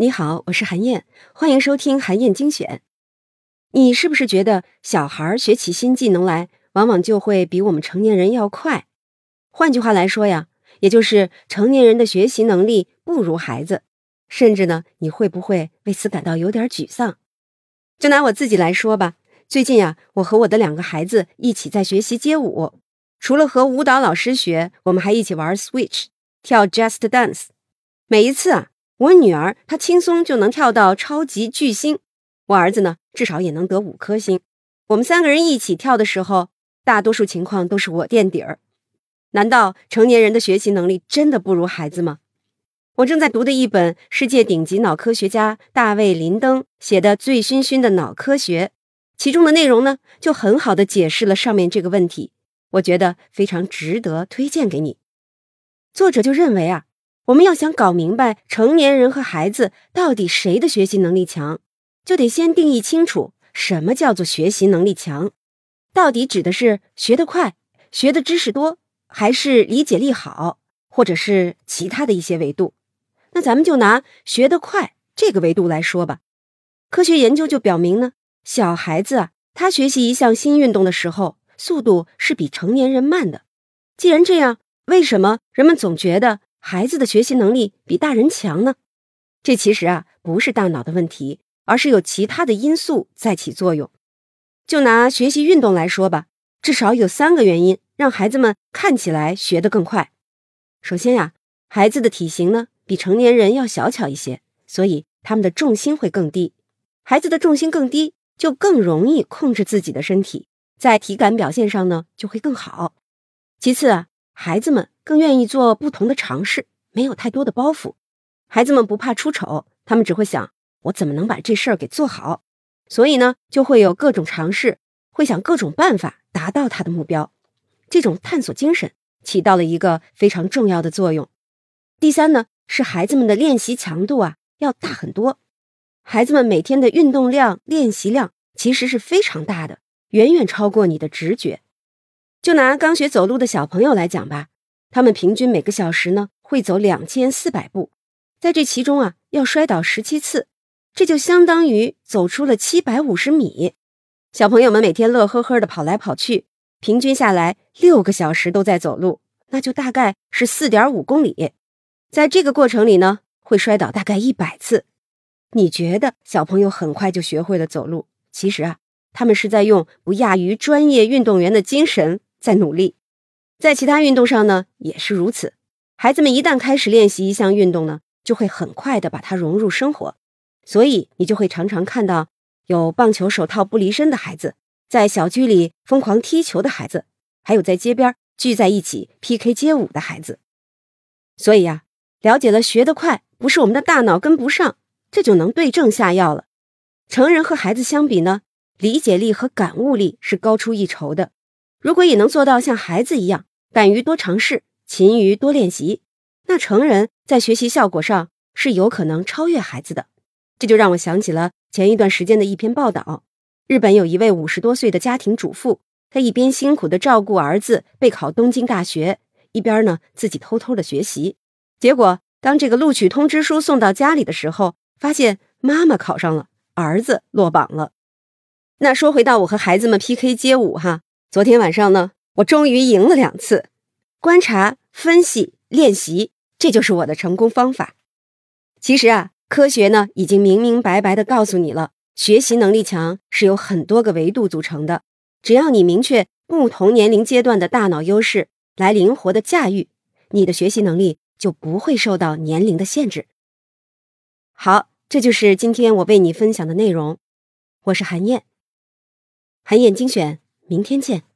你好，我是韩燕，欢迎收听韩燕精选。你是不是觉得小孩学起新技能来，往往就会比我们成年人要快？换句话来说呀，也就是成年人的学习能力不如孩子，甚至呢，你会不会为此感到有点沮丧？就拿我自己来说吧，最近呀，我和我的2个孩子一起在学习街舞，除了和舞蹈老师学，我们还一起玩 Switch， 跳 Just Dance。每一次啊，我女儿她轻松就能跳到超级巨星，我儿子呢至少也能得5颗星。我们3个人一起跳的时候，大多数情况都是我垫底儿。难道成年人的学习能力真的不如孩子吗？我正在读的一本世界顶级脑科学家大卫林登写的《醉醺醺的脑科学》，其中的内容呢就很好地解释了上面这个问题，我觉得非常值得推荐给你。作者就认为啊，我们要想搞明白成年人和孩子到底谁的学习能力强，就得先定义清楚什么叫做学习能力强，到底指的是学得快、学的知识多，还是理解力好，或者是其他的一些维度。那咱们就拿学得快这个维度来说吧。科学研究就表明呢，小孩子啊，他学习一项新运动的时候，速度是比成年人慢的。既然这样，为什么人们总觉得孩子的学习能力比大人强呢？这其实啊，不是大脑的问题，而是有其他的因素在起作用。就拿学习运动来说吧，至少有3个原因让孩子们看起来学得更快。首先呀，孩子的体型呢比成年人要小巧一些，所以他们的重心会更低。孩子的重心更低，就更容易控制自己的身体，在体感表现上呢就会更好。其次啊，孩子们更愿意做不同的尝试，没有太多的包袱。孩子们不怕出丑，他们只会想，我怎么能把这事儿给做好？所以呢，就会有各种尝试，会想各种办法达到他的目标。这种探索精神起到了一个非常重要的作用。第三呢，是孩子们的练习强度啊要大很多。孩子们每天的运动量、练习量其实是非常大的，远远超过你的直觉。就拿刚学走路的小朋友来讲吧，他们平均每个小时呢会走2400步，在这其中啊要摔倒17次，这就相当于走出了750米。小朋友们每天乐呵呵的跑来跑去，平均下来6个小时都在走路，那就大概是4.5公里。在这个过程里呢，会摔倒大概100次。你觉得小朋友很快就学会了走路，其实啊，他们是在用不亚于专业运动员的精神在努力。在其他运动上呢，也是如此。孩子们一旦开始练习一项运动呢，就会很快的把它融入生活。所以你就会常常看到有棒球手套不离身的孩子，在小区里疯狂踢球的孩子，还有在街边聚在一起 PK 街舞的孩子。所以呀，了解了学得快不是我们的大脑跟不上，这就能对症下药了。成人和孩子相比呢，理解力和感悟力是高出一筹的。如果也能做到像孩子一样，敢于多尝试，勤于多练习，那成人在学习效果上是有可能超越孩子的。这就让我想起了前一段时间的一篇报道。日本有一位50多岁的家庭主妇，她一边辛苦地照顾儿子备考东京大学，一边呢自己偷偷地学习。结果当这个录取通知书送到家里的时候，发现妈妈考上了，儿子落榜了。那说回到我和孩子们 PK 街舞哈，昨天晚上呢，我终于赢了2次。观察、分析、练习，这就是我的成功方法。其实啊，科学呢已经明明白白地告诉你了，学习能力强是由很多个维度组成的。只要你明确不同年龄阶段的大脑优势，来灵活地驾驭，你的学习能力就不会受到年龄的限制。好，这就是今天我为你分享的内容。我是韩燕，韩燕精选，明天见。